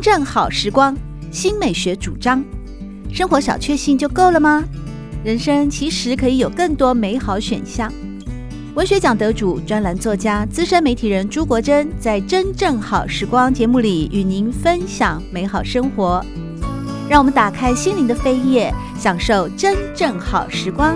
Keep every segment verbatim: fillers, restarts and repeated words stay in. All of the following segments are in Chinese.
正好时光，新美学主张。生活小确幸就够了吗？人生其实可以有更多美好选项。文学奖得主、专栏作家、资深媒体人朱国珍在《真正好时光》节目里与您分享美好生活。让我们打开心灵的扉页，享受真正好时光。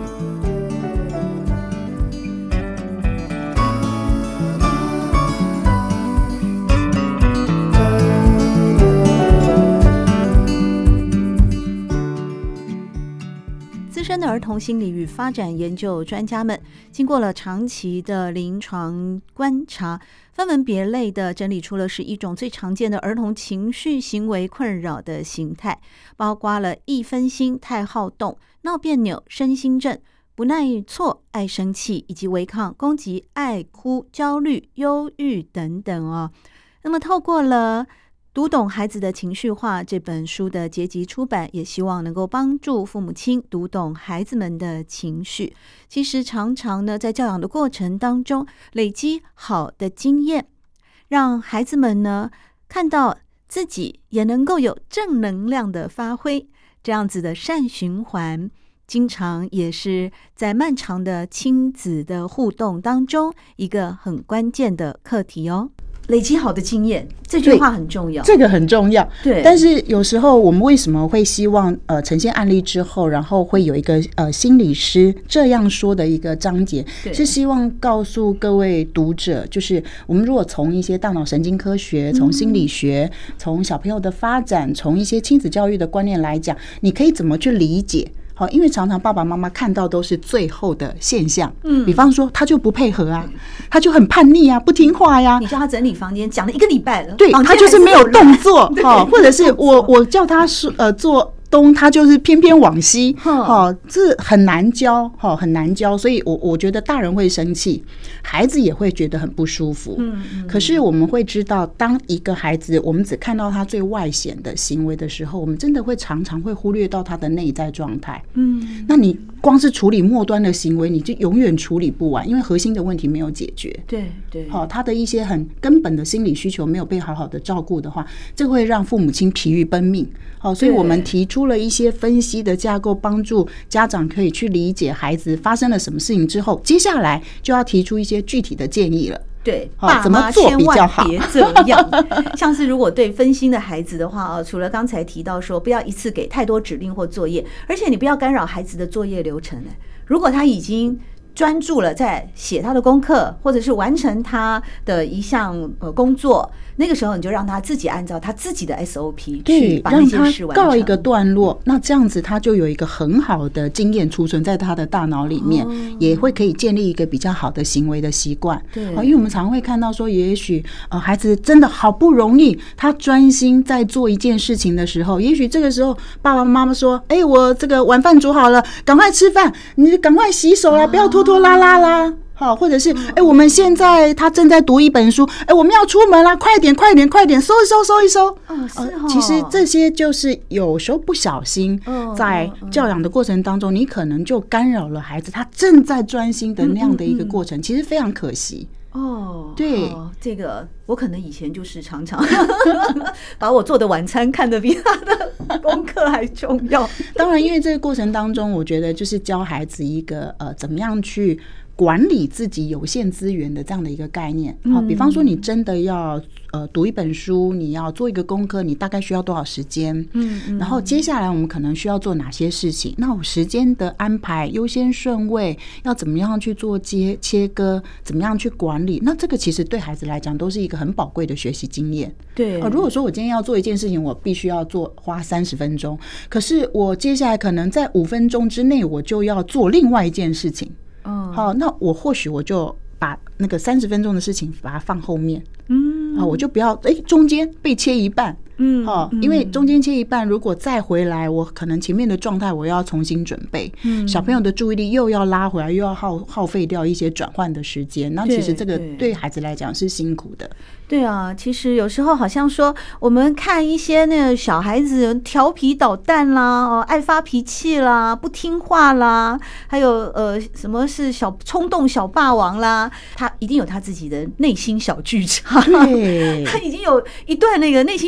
资深的儿童心理与发展研究专家们，经过了长期的临床观察，分门别类的整理出了十一种最常见的儿童情绪行为困扰的形态，包括了易分心、太好动、闹别扭、身心症、不耐挫、爱生气，以及违抗、攻击、爱哭、焦虑、忧郁等等哦。那么透过了读懂孩子的情绪化这本书的结集出版，也希望能够帮助父母亲读懂孩子们的情绪。其实常常呢，在教养的过程当中累积好的经验，让孩子们呢看到自己也能够有正能量的发挥，这样子的善循环经常也是在漫长的亲子的互动当中一个很关键的课题哦。累积好的经验，这句话很重要， 这个很重要。 对， 但是有时候我们为什么会希望呃呈现案例之后，然后会有一个呃心理师这样说的一个章节，是希望告诉各位读者，就是我们如果从一些大脑神经科学、从心理学、从小朋友的发展、从一些亲子教育的观念来讲，你可以怎么去理解？好，因为常常爸爸妈妈看到都是最后的现象，嗯，比方说他就不配合啊，他就很叛逆啊，不听话呀、啊。 你叫他整理房间，讲了一个礼拜了， 对，他就是没有动作，好，或者是我我叫他说呃做东，他就是偏偏往西，哦，这很难教，哦，很难教，所以我我觉得大人会生气，孩子也会觉得很不舒服。嗯，可是我们会知道，当一个孩子我们只看到他最外显的行为的时候，我们真的会常常会忽略到他的内在状态。嗯，那你光是处理末端的行为，你就永远处理不完，因为核心的问题没有解决。 对对， 好，他的一些很根本的心理需求没有被好好的照顾的话，这会让父母亲疲于奔命。好，所以我们提出了一些分析的架构，帮助家长可以去理解孩子发生了什么事情之后，接下来就要提出一些具体的建议了。 对，爸妈千万别这样。像是如果对分心的孩子的话啊，除了刚才提到说不要一次给太多指令或作业，而且你不要干扰孩子的作业流程。如果他已经专注了在写他的功课，或者是完成他的一项呃工作，那个时候你就让他自己按照他自己的 S O P 去把那件事完成， 告一个段落，那这样子他就有一个很好的经验储存在他的大脑里面，哦，也会可以建立一个比较好的行为的习惯。对，因为我们常会看到说，也许呃孩子真的好不容易他专心在做一件事情的时候，也许这个时候爸爸妈妈说，哎，我这个晚饭煮好了，赶快吃饭，你赶快洗手啦，不要拖拖拉拉啦。好，或者是哎、欸，我们现在他正在读一本书，哎、欸，我们要出门啦，快点，快点，快点，收一收，收一收。哦，是哦。其实这些就是有时候不小心在教养的过程当中，你可能就干扰了孩子他正在专心的那样的一个过程，其实非常可惜。哦，对， 哦，这个我可能以前就是常常把我做的晚餐看得比他的功课还重要。 当然，因为这个过程当中，我觉得就是教孩子一个呃，怎么样去管理自己有限资源的这样的一个概念。好，比方说你真的要呃读一本书，你要做一个功课，你大概需要多少时间？嗯，然后接下来我们可能需要做哪些事情？那我时间的安排、优先顺位要怎么样去做切切割？怎么样去管理？那这个其实对孩子来讲都是一个很宝贵的学习经验。对，呃，如果说我今天要做一件事情，我必须要做花三十分钟，可是我接下来可能在五分钟之内，我就要做另外一件事情。哦，好，那我或许我就把那个三十分钟的事情把它放后面，嗯，啊，我就不要哎、欸、中间被切一半，嗯，好，因为中间切一半，如果再回来，我可能前面的状态我要重新准备，嗯，小朋友的注意力又要拉回来，又要耗耗费掉一些转换的时间，那其实这个对孩子来讲是辛苦的。 对啊，其实有时候好像说，我们看一些那个小孩子调皮捣蛋啦，哦，爱发脾气啦，不听话啦，还有呃，什么是小冲动小霸王啦，他一定有他自己的内心小剧场，对，他已经有一段那个内心小剧场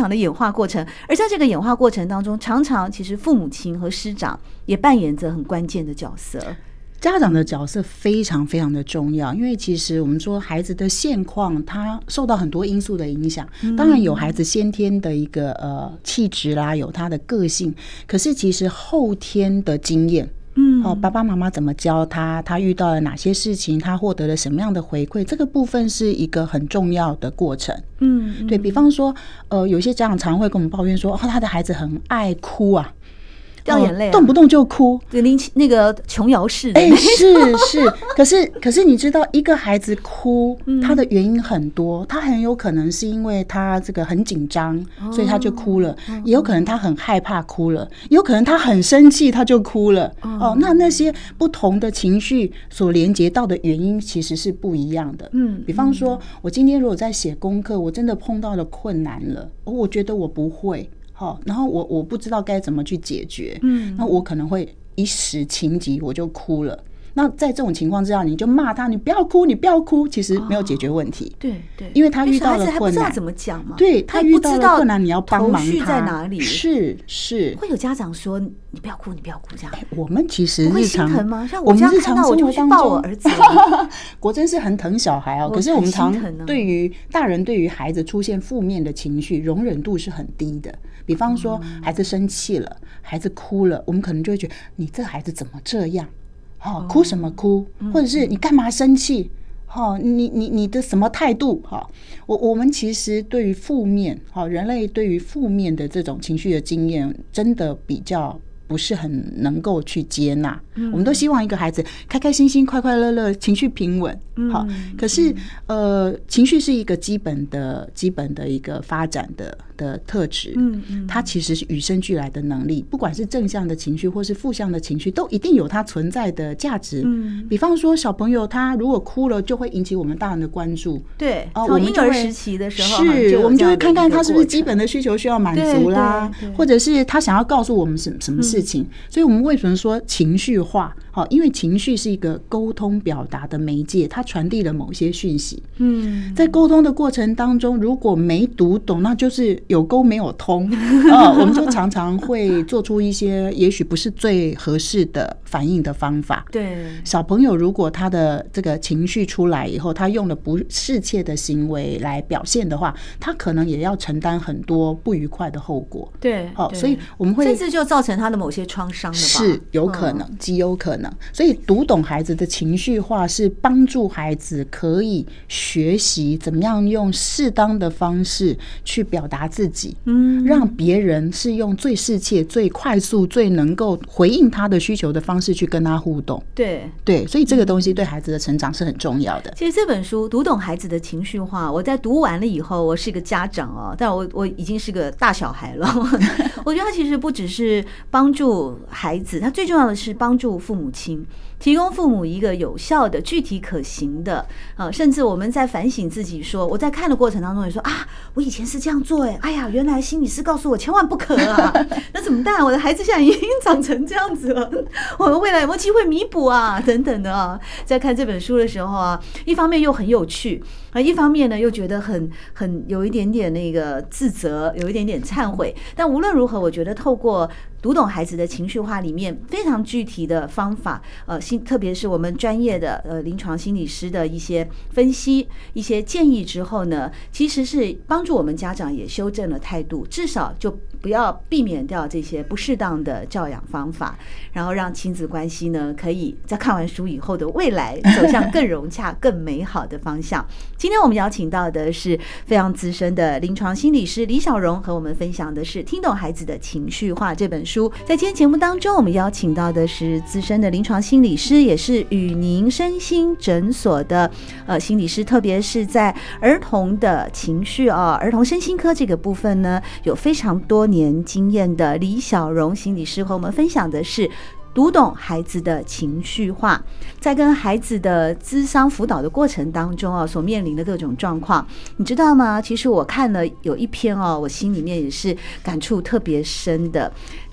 长的演化过程。而在这个演化过程当中，常常其实父母亲和师长也扮演着很关键的角色。 家长的角色非常非常的重要，因为其实我们说孩子的现况，他受到很多因素的影响。当然有孩子先天的一个呃气质啦，有他的个性，可是其实后天的经验。嗯，哦，爸爸妈妈怎么教他？他遇到了哪些事情？他获得了什么样的回馈？这个部分是一个很重要的过程。嗯，对，比方说，呃，有些家长常会跟我们抱怨说，哦，他的孩子很爱哭啊。 掉眼泪、啊哦， 动不动就哭， 那个琼瑶式的， 哎、欸，是是，可是可是你知道，一个孩子哭，他的原因很多，他很有可能是因为他这个很紧张，所以他就哭了；也有可能他很害怕哭了，也有可能他很生气他就哭了。哦，那那些不同的情绪所连接到的原因其实是不一样的。嗯，比方说，我今天如果在写功课，我真的碰到了困难了，我觉得我不会。好，然后我我不知道该怎么去解决，嗯，那我可能会一时情急我就哭了。那在这种情况之下，你就骂他，你不要哭，你不要哭，其实没有解决问题。哦、 对对， 因为他遇到了困难， 还不知道怎么讲嘛。 对，他遇到了困难，你要帮忙他。 头绪在哪里？ 是是， 会有家长说你不要哭，你不要哭这样。 欸、我们其实日常不会心疼吗？像我这样看到我就会去抱我儿子。 国珍是很疼小孩哦，可是我们常对于大人对于孩子出现负面的情绪容忍度是很低的。比方说，孩子生气了，孩子哭了，我们可能就会觉得你这孩子怎么这样？哦，哭什么哭？或者是你干嘛生气？哦，你你你的什么态度？哈、哦，我我们其实对于负面，哈、哦，人类对于负面的这种情绪的经验，真的比较不是很能够去接纳。嗯、我们都希望一个孩子开开心心、快快乐乐、情绪平稳。好，可是呃，情绪是一个基本的、基本的一个发展的的特质。嗯嗯，它其实是与生俱来的能力，不管是正向的情绪或是负向的情绪，都一定有它存在的价值。嗯，比方说小朋友他如果哭了，就会引起我们大人的关注。 对，从、呃、婴儿时期的时候， 是我们就会看看他是不是基本的需求需要满足啦，或者是他想要告诉我们什什么事情。嗯、所以我们为什么说情绪化？好，因为情绪是一个沟通表达的媒介，它传递了某些讯息。嗯，在沟通的过程当中，如果没读懂，那就是有沟没有通啊、哦，我们就常常会做出一些也许不是最合适的反应的方法。 对， 小朋友如果他的这个情绪出来以后，他用了不适切的行为来表现的话，他可能也要承担很多不愉快的后果。 对， 哦，所以我们会甚至就造成他的某些创伤了吧？ 是有可能，极有可能。所以读懂孩子的情绪化是帮助孩子可以学习怎么样用适当的方式去表达自己，嗯，让别人是用最适切、最快速、最能够回应他的需求的方式去跟他互动。 对对，所以这个东西对孩子的成长是很重要的。 其实这本书读懂孩子的情绪化，我在读完了以后，我是个家长哦，但我我已经是个大小孩了。我觉得它其实不只是帮助孩子，它最重要的是帮助父母亲。提供父母一个有效的、具体可行的，呃，甚至我们在反省自己说，我在看的过程当中也说啊，我以前是这样做哎，哎呀，原来心理师告诉我千万不可啊，那怎么办？我的孩子现在已经长成这样子了，我们未来有没有机会弥补啊？等等的啊，在看这本书的时候啊，一方面又很有趣啊，一方面呢又觉得很很有一点点那个自责，有一点点忏悔。但无论如何，我觉得透过读懂孩子的情绪化里面非常具体的方法，呃，特别是我们专业的呃临床心理师的一些分析、一些建议之后呢，其实是帮助我们家长也修正了态度，至少就不要避免掉这些不适当的教养方法，然后让亲子关系呢可以在看完书以后的未来走向更融洽、更美好的方向。今天我们邀请到的是非常资深的临床心理师李小蓉，和我们分享的是《听懂孩子的情绪化》这本书。在今天节目当中，我们邀请到的是资深的临床心理师，也是宇宁身心诊所的呃心理师，特别是在儿童的情绪啊、儿童身心科这个部分呢，有非常多年经验的李小蓉心理师和我们分享的是读懂孩子的情绪化，在跟孩子的諮商辅導的過程當中啊，所面臨的各種狀況，你知道嗎？其實我看了有一篇哦，我心裡面也是感觸特別深的。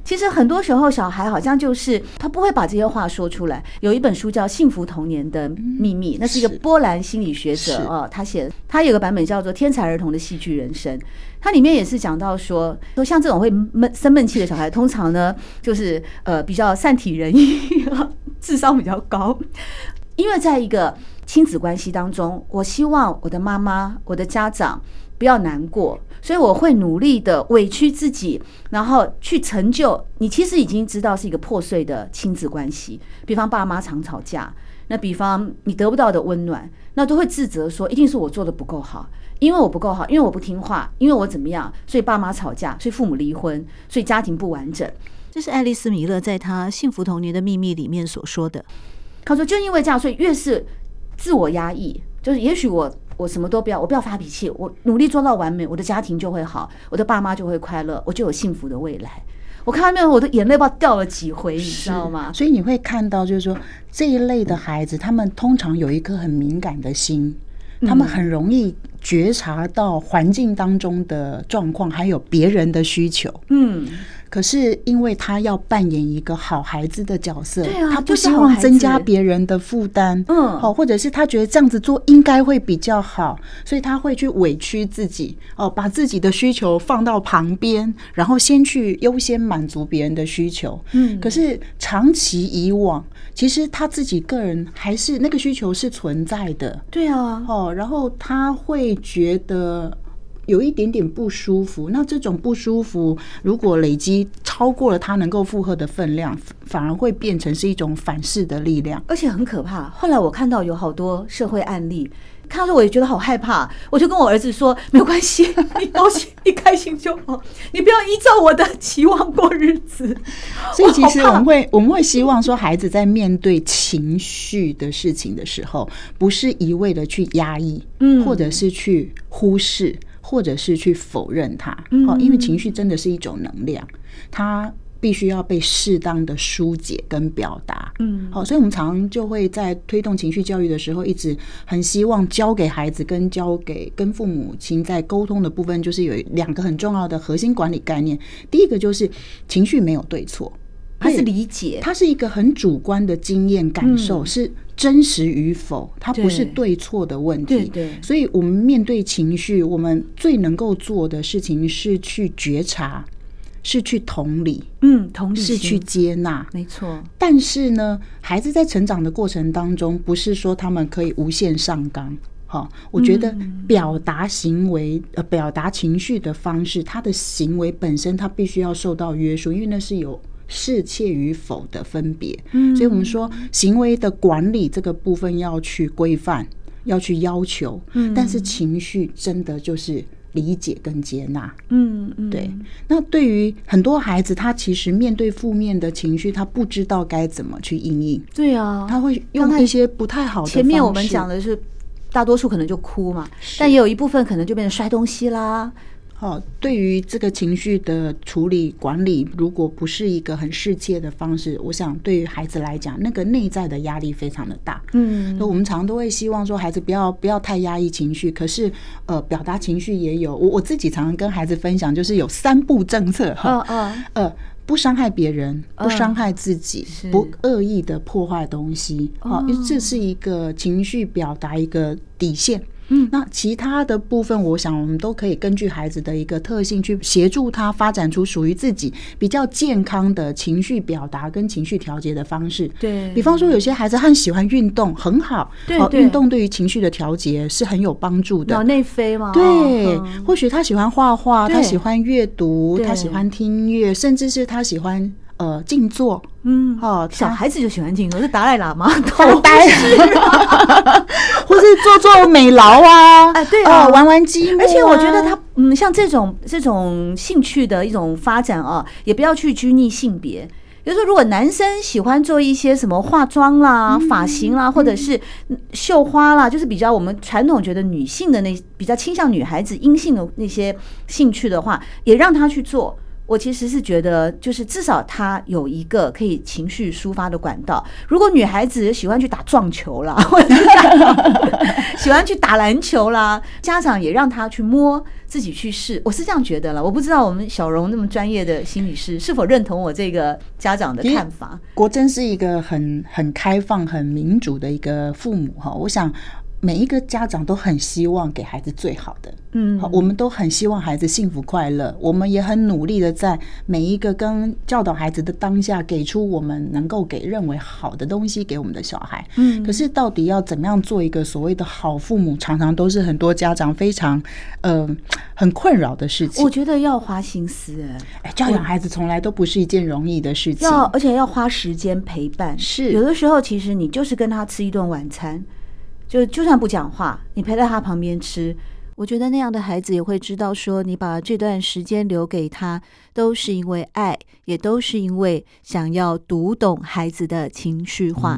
其实很多时候小孩好像就是他不会把这些话说出来。有一本书叫《幸福童年的秘密》，那是一个波兰心理学者哦，他写的，他有个版本叫做《天才儿童的戏剧人生》，它里面也是讲到说，说像这种会闷生闷气的小孩，通常呢就是呃比较善体人意，智商比较高，因为在一个亲子关系当中，我希望我的妈妈、我的家长不要难过，所以我会努力的委屈自己，然后去成就你其实已经知道是一个破碎的亲子关系，比方爸妈常吵架，那比方你得不到的温暖，那都会自责说一定是我做的不够好，因为我不够好，因为我不听话，因为我怎么样，所以爸妈吵架，所以父母离婚，所以家庭不完整。这是爱丽丝米勒在她《幸福童年的秘密》里面所说的。她说就因为这样，所以越是自我压抑，就是也许我我什么都不要，我不要发脾气，我努力做到完美，我的家庭就会好，我的爸妈就会快乐，我就有幸福的未来。我看到那边我的眼泪不知道掉了几回，你知道吗？ 所以你会看到就是说这一类的孩子，他们通常有一颗很敏感的心，他们很容易觉察到环境当中的状况，还有别人的需求。嗯，可是因为他要扮演一个好孩子的角色， 对啊， 他不希望增加别人的负担，嗯，好，或者是他觉得这样子做应该会比较好，所以他会去委屈自己，哦，把自己的需求放到旁边，然后先去优先满足别人的需求。嗯，可是长期以往，其实他自己个人还是那个需求是存在的。 对啊， 哦，然后他会觉得有一点点不舒服，那这种不舒服如果累积超过了他能够负荷的分量，反而会变成是一种反噬的力量， 而且很可怕。后来我看到有好多社会案例，看到这我也觉得好害怕，我就跟我儿子说没有关系，你高兴你开心就好，你不要依照我的期望过日子。 所以其实我们会我们会希望说，孩子在面对情绪的事情的时候，不是一味的去压抑，嗯，或者是去忽视，或者是去否认它，嗯，因为情绪真的是一种能量，它必须要被适当的疏解跟表达。嗯，好，所以我们常常就会在推动情绪教育的时候，一直很希望教给孩子跟教给跟父母亲在沟通的部分，就是有两个很重要的核心管理概念。第一个就是情绪没有对错， 它是理解， 它是一个很主观的经验感受，嗯，是真实与否，它不是对错的问题。对对，所以我们面对情绪，我们最能够做的事情是去觉察，是去同理， 嗯，同理是去接纳， 没错。 但是呢，孩子在成长的过程当中，不是说他们可以无限上纲。好，我觉得表达行为、呃，表达情绪的方式，他的行为本身，他必须要受到约束，因为那是有适切与否的分别。嗯，所以我们说行为的管理这个部分要去规范，要去要求。嗯，但是情绪真的就是理解跟接纳。嗯嗯，对。那对于很多孩子，他其实面对负面的情绪，他不知道该怎么去因应。 对啊， 他会用一些不太好的方式。 前面我们讲的是大多数可能就哭嘛，但也有一部分可能就变成摔东西啦。 哦，对于这个情绪的处理管理，如果不是一个很适切的方式，我想对于孩子来讲，那个内在的压力非常的大。嗯，所以我们常都会希望说，孩子不要不要太压抑情绪。可是，呃，表达情绪也有，我我自己常常跟孩子分享，就是有三步政策哈。嗯嗯。呃，不伤害别人，不伤害自己，嗯，不恶意的破坏东西。哦，因为这是一个情绪表达一个底线。嗯，那其他的部分，我想我们都可以根据孩子的一个特性去协助他发展出属于自己比较健康的情绪表达跟情绪调节的方式。对，比方说有些孩子很喜欢运动，很好，对对，运动对于情绪的调节是很有帮助的。 脑内啡嘛， 对，嗯，或许他喜欢画画，他喜欢阅读，他喜欢听音乐，甚至是他喜欢呃静坐。嗯，哦， 小孩子就喜欢静坐，是达赖喇嘛发呆，或是做做美劳啊，哎，对啊，呃，玩玩积木，啊。 而且我觉得他，嗯，像这种这种兴趣的一种发展啊，也不要去拘泥性别。比如说，如果男生喜欢做一些什么化妆啦、嗯、发型啦，或者是绣花啦，就是比较我们传统觉得女性的那比较倾向女孩子阴性的那些兴趣的话，也让他去做。 我其实是觉得，就是至少他有一个可以情绪抒发的管道。如果女孩子喜欢去打撞球啦，或者是喜欢去打篮球啦，家长也让她去摸，自己去试。我是这样觉得啦，我不知道我们小蓉那么专业的心理师是否认同我这个家长的看法。 国珍是一个很很开放、很民主的一个父母哈，我想。每一个家长都很希望给孩子最好的，嗯，好，我们都很希望孩子幸福快乐，我们也很努力的在每一个跟教导孩子的当下，给出我们能够给认为好的东西给我们的小孩。嗯，可是到底要怎么样做一个所谓的好父母，常常都是很多家长非常呃很困扰的事情。 我觉得要花心思， 哎，教养孩子从来都不是一件容易的事情， 要而且要花时间陪伴。 是有的时候，其实你就是跟他吃一顿晚餐。就就算不讲话，你陪在他旁边吃，我觉得那样的孩子也会知道说，你把这段时间留给他，都是因为爱，也都是因为想要读懂孩子的情绪化。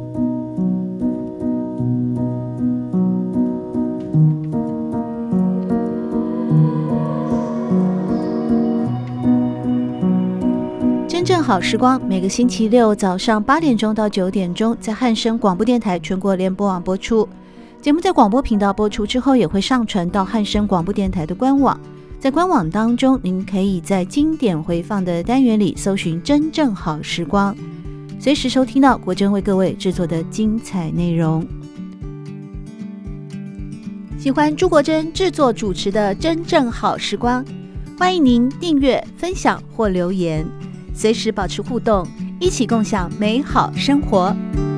真正好时光，每个星期六早上八点钟到九点钟，在汉声广播电台全国联播网播出。节目在广播频道播出之后，也会上传到汉声广播电台的官网。在官网当中，您可以在经典回放的单元里搜寻真正好时光，随时收听到国珍为各位制作的精彩内容。喜欢朱国珍制作主持的真正好时光，欢迎您订阅、分享或留言，随时保持互动，一起共享美好生活。